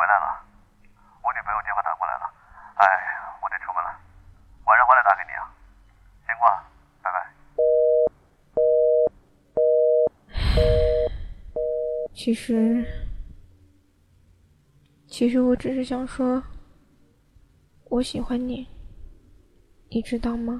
来了，我女朋友电话打过来了，哎，我得出门了，晚上回来打给你啊，先挂，拜拜。 其实我只是想说，我喜欢你，你知道吗？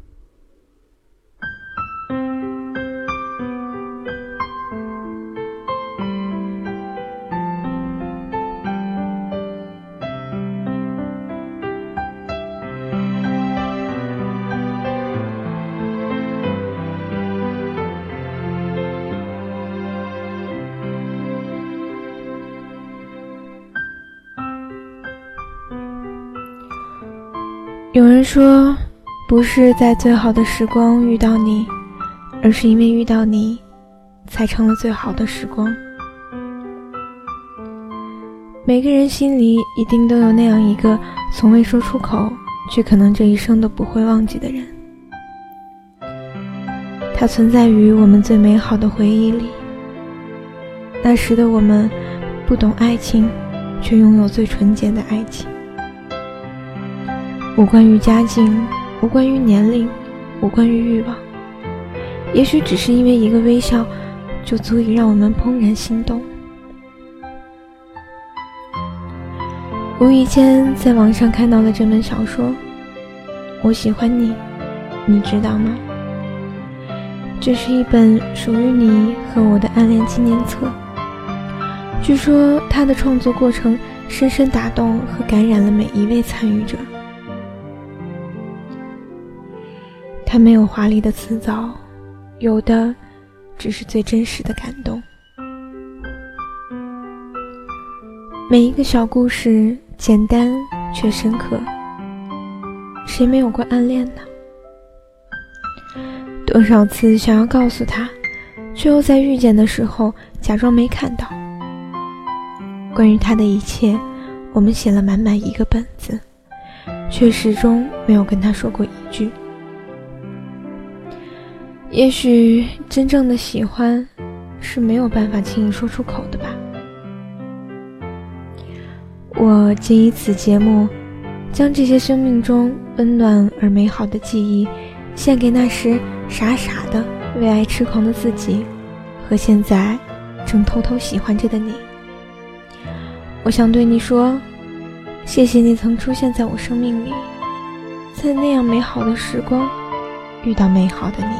有人说，不是在最好的时光遇到你，而是因为遇到你，才成了最好的时光。每个人心里一定都有那样一个从未说出口，却可能这一生都不会忘记的人。它存在于我们最美好的回忆里。那时的我们不懂爱情，却拥有最纯洁的爱情。无关于家境，无关于年龄，无关于欲望，也许只是因为一个微笑，就足以让我们怦然心动。无意间在网上看到了这本小说，我喜欢你，你知道吗？这是一本属于你和我的暗恋纪念册。据说它的创作过程深深打动和感染了每一位参与者。它没有华丽的辞藻，有的只是最真实的感动。每一个小故事简单却深刻，谁没有过暗恋呢？多少次想要告诉他，却又在遇见的时候假装没看到。关于他的一切，我们写了满满一个本子，却始终没有跟他说过一句。也许真正的喜欢是没有办法轻易说出口的吧。我借以此节目，将这些生命中温暖而美好的记忆献给那时傻傻的为爱痴狂的自己，和现在正偷偷喜欢着的你。我想对你说，谢谢你曾出现在我生命里，在那样美好的时光遇到美好的你。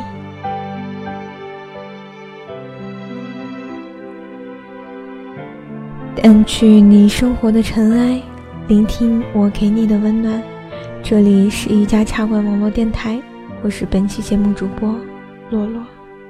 掸去你生活的尘埃，聆听我给你的温暖。这里是一家茶馆网络电台，我是本期节目主播洛洛。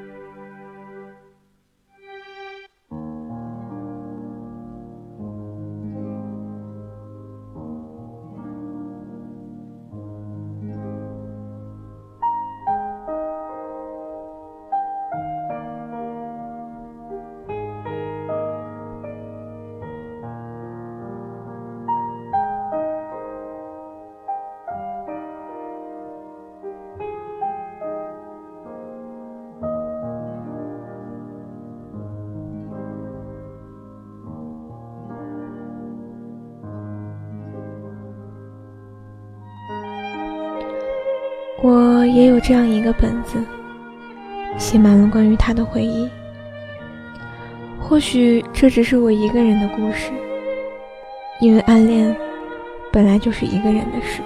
我也有这样一个本子，写满了关于他的回忆。或许这只是我一个人的故事，因为暗恋本来就是一个人的事。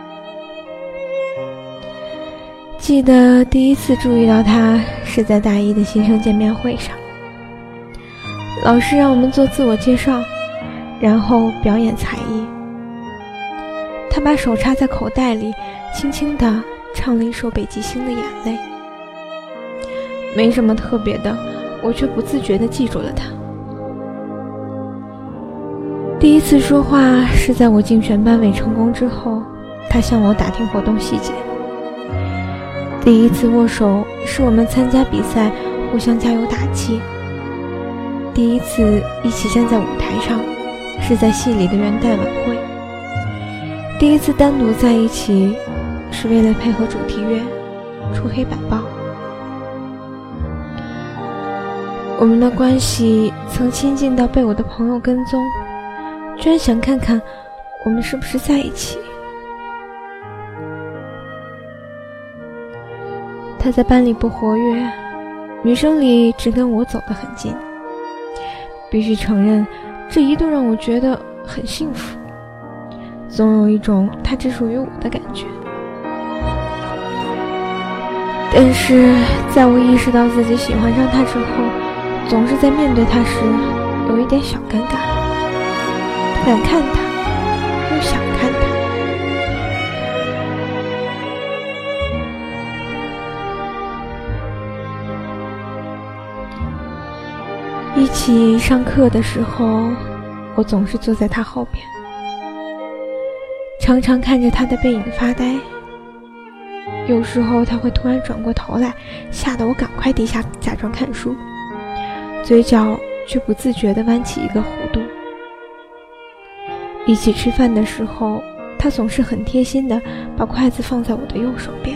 记得第一次注意到他是在大一的新生见面会上，老师让我们做自我介绍，然后表演才艺。他把手插在口袋里，轻轻地唱了一首北极星的眼泪。没什么特别的，我却不自觉地记住了他。第一次说话是在我竞选班委成功之后，他向我打听活动细节。第一次握手是我们参加比赛互相加油打气。第一次一起站在舞台上是在戏里的元旦晚会。第一次单独在一起是为了配合主题乐出黑板报。我们的关系曾亲近到被我的朋友跟踪， 居然想看看我们是不是在一起。他在班里不活跃，女生里只跟我走得很近。必须承认，这一度让我觉得很幸福，总有一种他只属于我的感觉。但是在我意识到自己喜欢上他之后，总是在面对他时有一点小尴尬，不敢看他，又想看他。一起上课的时候，我总是坐在他后边，常常看着他的背影发呆。有时候他会突然转过头来，吓得我赶快低下假装看书，嘴角却不自觉地弯起一个弧度。一起吃饭的时候，他总是很贴心地把筷子放在我的右手边。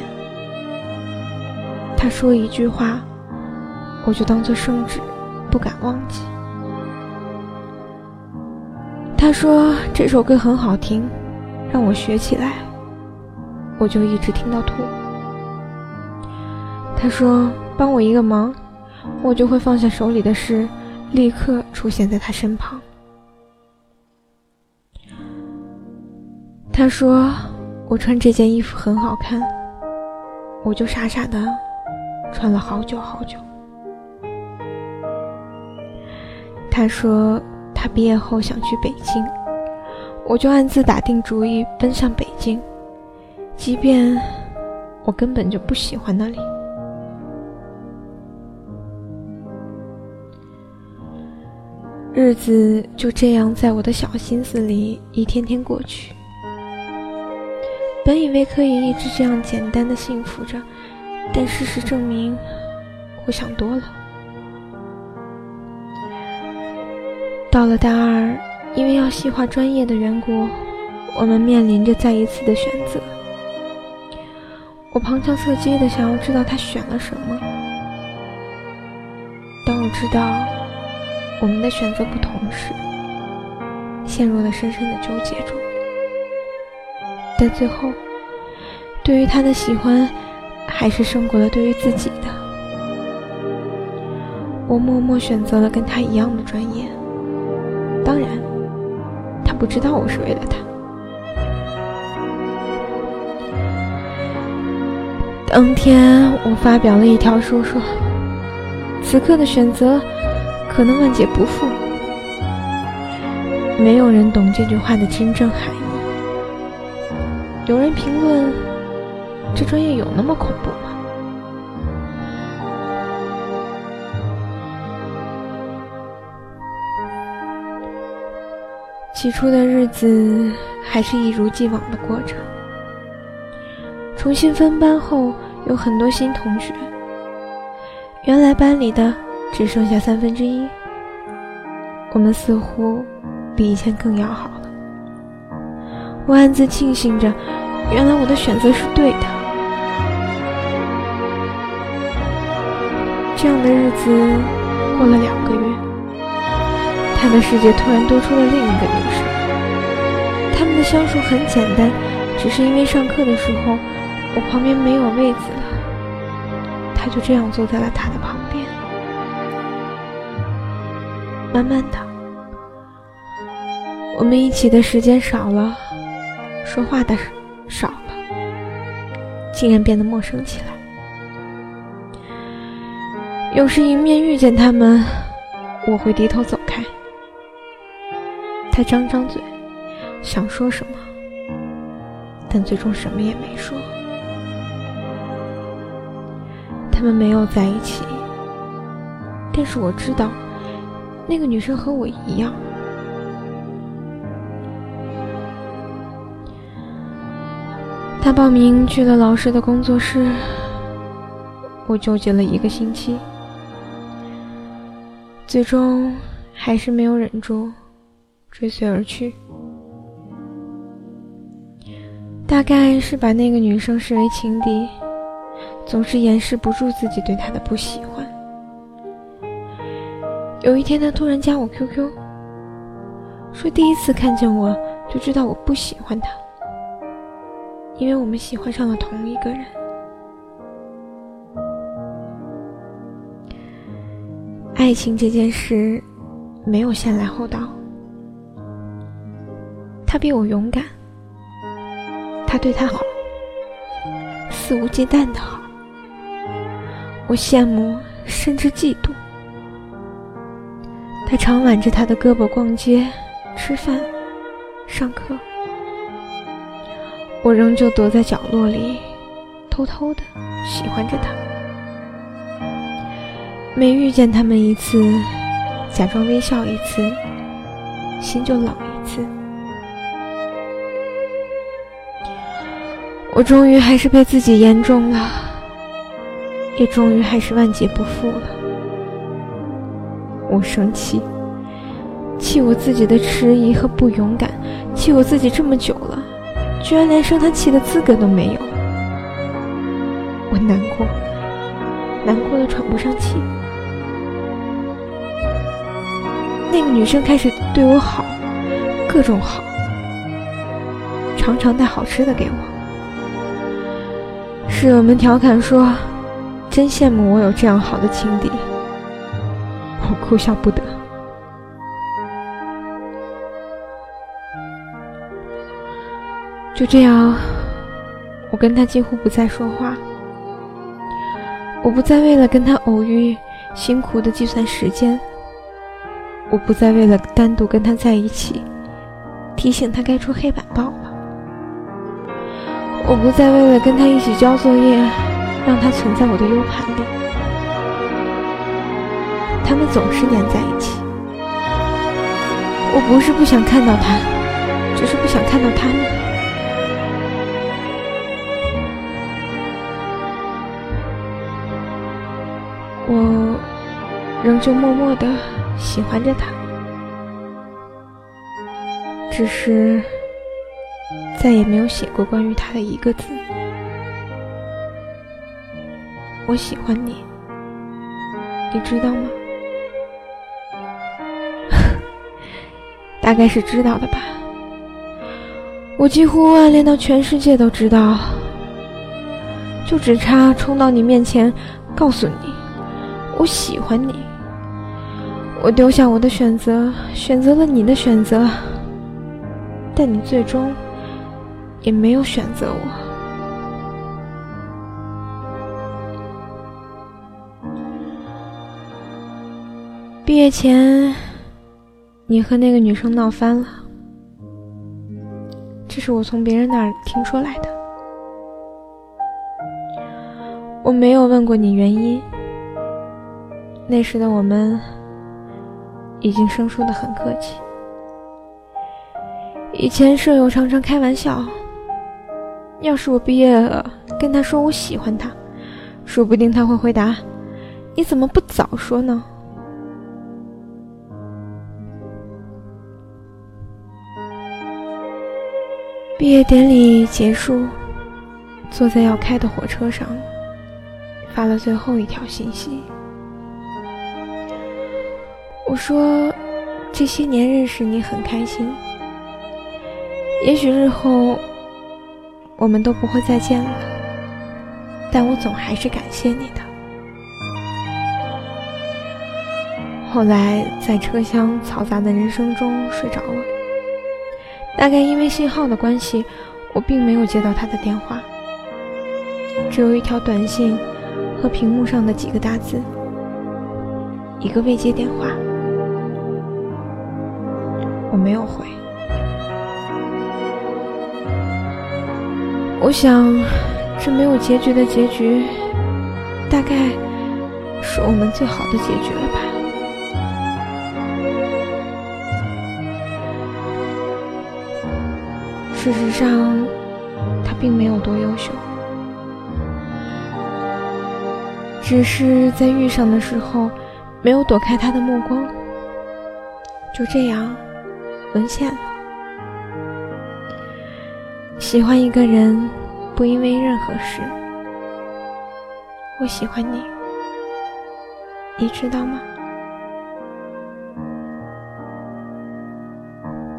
他说一句话，我就当作圣旨，不敢忘记。他说这首歌很好听，让我学起来，我就一直听到吐。他说帮我一个忙，我就会放下手里的事，立刻出现在他身旁。他说我穿这件衣服很好看，我就傻傻的穿了好久好久。他说他毕业后想去北京，我就暗自打定主意奔向北京，即便我根本就不喜欢那里。日子就这样在我的小心思里一天天过去。本以为可以一直这样简单的幸福着，但事实证明我想多了。到了大二，因为要细化专业的缘故，我们面临着再一次的选择。我旁敲侧击地想要知道他选了什么。当我知道我们的选择不同时，陷入了深深的纠结中。但最后，对于他的喜欢还是胜过了对于自己的。我默默选择了跟他一样的专业，当然他不知道我是为了他。当天我发表了一条说此刻的选择可能万劫不复。没有人懂这句话的真正含义。有人评论，这专业有那么恐怖吗？起初的日子还是一如既往的过着。重新分班后，有很多新同学，原来班里的只剩下1/3，我们似乎比以前更要好了。我暗自庆幸着，原来我的选择是对的。这样的日子过了2个月，他的世界突然多出了另一个女生。他们的相处很简单，只是因为上课的时候我旁边没有位子了，他就这样坐在了他的旁边。慢慢的，我们一起的时间少了，说话的少了，竟然变得陌生起来。有时迎面遇见他们，我会低头走开。他张张嘴，想说什么，但最终什么也没说。他们没有在一起，但是我知道，那个女生和我一样。他报名去了老师的工作室，我纠结了1个星期，最终还是没有忍住，追随而去。大概是把那个女生视为情敌，总是掩饰不住自己对她的不喜欢。有一天她突然加我 QQ， 说第一次看见我就知道我不喜欢他，因为我们喜欢上了同一个人。爱情这件事没有先来后到，他比我勇敢，他对他好，肆无忌惮的好，我羡慕甚至嫉妒。他常挽着他的胳膊逛街、吃饭、上课，我仍旧躲在角落里偷偷的喜欢着他。每遇见他们一次，假装微笑一次，心就冷一次。我终于还是被自己言中了，也终于还是万劫不复了。我生气，气我自己的迟疑和不勇敢，气我自己这么久了，居然连生他气的资格都没有。我难过，难过的喘不上气。那个女生开始对我好，各种好，常常带好吃的给我。室友们调侃说，真羡慕我有这样好的情敌。我哭笑不得。就这样，我跟他几乎不再说话。我不再为了跟他偶遇辛苦的计算时间，我不再为了单独跟他在一起提醒他该出黑板报了，我不再为了跟他一起交作业让他存在我的 U 盘里。他们总是黏在一起，我不是不想看到他，只是不想看到他们。我仍旧默默地喜欢着他，只是再也没有写过关于他的一个字。我喜欢你，你知道吗？大概是知道的吧。我几乎暗恋到全世界都知道，就只差冲到你面前告诉你我喜欢你。我丢下我的选择，选择了你的选择，但你最终也没有选择我。毕业前，你和那个女生闹翻了，这是我从别人那儿听说来的。我没有问过你原因，那时的我们已经生疏得很客气。以前舍友常常开玩笑，要是我毕业了跟他说我喜欢他，说不定他会回答，你怎么不早说呢？毕业典礼结束，坐在要开的火车上，发了最后一条信息。我说，这些年认识你很开心，也许日后我们都不会再见了，但我总还是感谢你的。后来在车厢嘈杂的人声中睡着了，大概因为信号的关系，我并没有接到他的电话，只有一条短信和屏幕上的几个大字，一个未接电话。我没有回。我想，这没有结局的结局，大概是我们最好的结局了吧。事实上，他并没有多优秀，只是在遇上的时候没有躲开他的目光，就这样沦陷了。喜欢一个人不因为任何事，我喜欢你，你知道吗？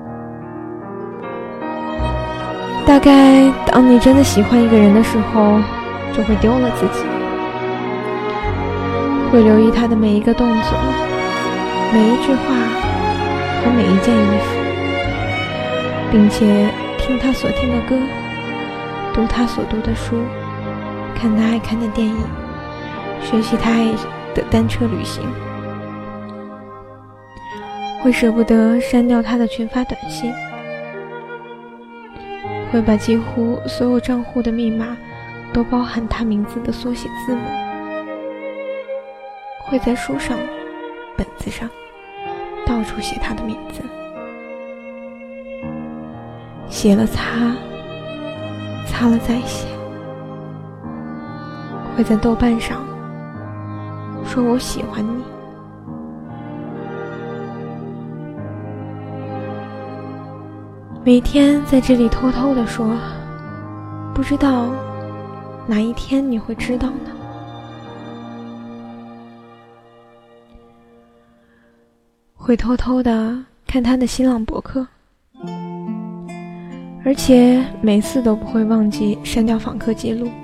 大概当你真的喜欢一个人的时候，就会丢了自己，会留意他的每一个动作，每一句话和每一件衣服，并且听他所听的歌，读他所读的书，看他爱看的电影，学习他爱的单车旅行，会舍不得删掉他的群发短信，会把几乎所有账户的密码都包含他名字的缩写字母，会在书上、本子上到处写他的名字，写了擦，擦了再写，会在豆瓣上说我喜欢你。每天在这里偷偷地说，不知道哪一天你会知道呢？会偷偷地看他的新浪博客，而且每次都不会忘记删掉访客记录。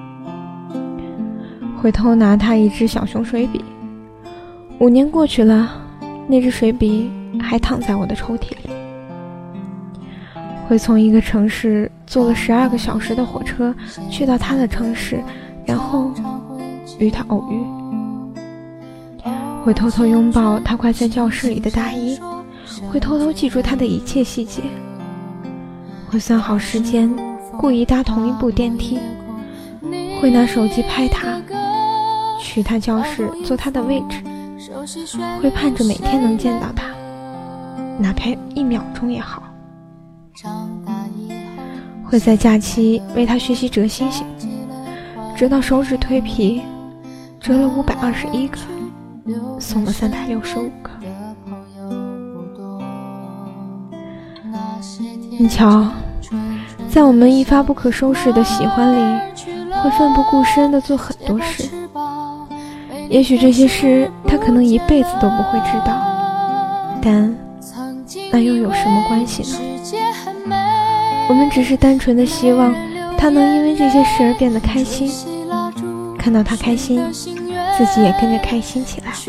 会偷拿他一支小熊水笔，5年过去了，那支水笔还躺在我的抽屉里。会从一个城市坐了12个小时的火车去到他的城市，然后与他偶遇。会偷偷拥抱他挂在教室里的大衣，会偷偷记住他的一切细节，会算好时间，故意搭同一部电梯，会拿手机拍他，去他教室坐他的位置，会盼着每天能见到他，哪怕1秒钟也好。会在假期为他学习折星星，直到手指蜕皮，折了521个，送了365个。你瞧，在我们一发不可收拾的喜欢里，会奋不顾身地做很多事。也许这些事他可能一辈子都不会知道，但那又有什么关系呢？我们只是单纯的希望他能因为这些事而变得开心，看到他开心，自己也跟着开心起来。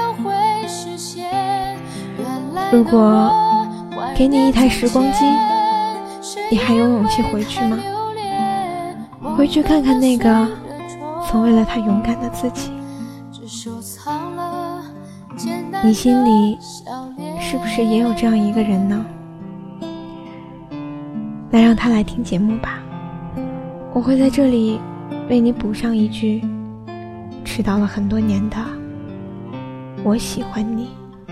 如果给你一台时光机，你还有勇气回去吗？回去看看那个曾为了他勇敢的自己。你心里是不是也有这样一个人呢？那让他来听节目吧，我会在这里为你补上一句迟到了很多年的我喜欢你。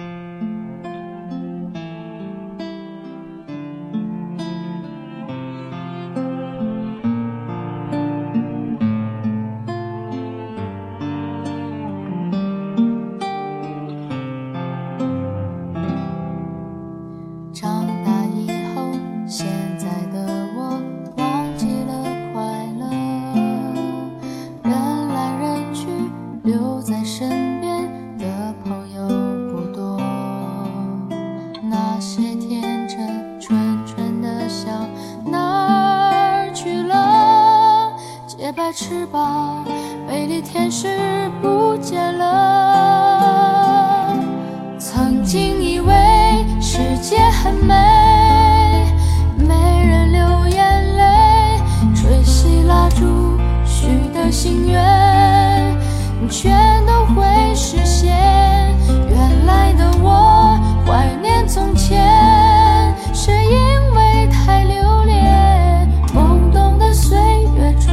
翅膀，美丽天使不见了。曾经以为世界很美，没人流眼泪，吹熄蜡烛许的心愿，全都会实现。原来的我怀念从前，是因为太留恋懵懂的岁月中。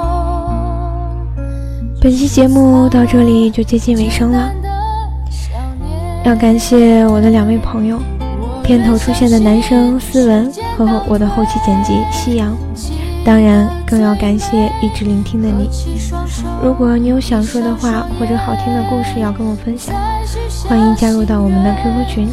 本期节目到这里就接近尾声了，要感谢我的2位朋友，片头出现的男生思文和我的后期剪辑夕阳，当然更要感谢一直聆听的你。如果你有想说的话或者好听的故事要跟我分享，欢迎加入到我们的 QQ 群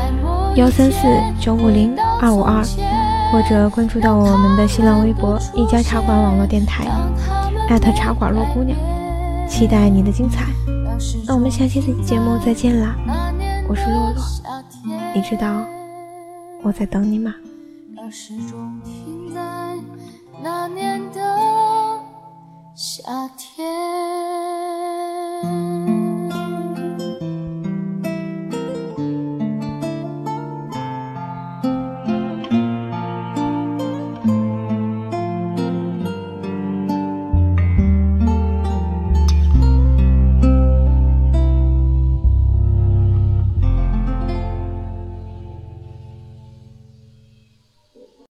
134950252，或者关注到我们的新浪微博一家茶馆网络电台茶馆洛姑娘，期待你的精彩。那我们下期的节目再见啦，我是洛洛，你知道我在等你吗？ 而始终停在那年的夏天。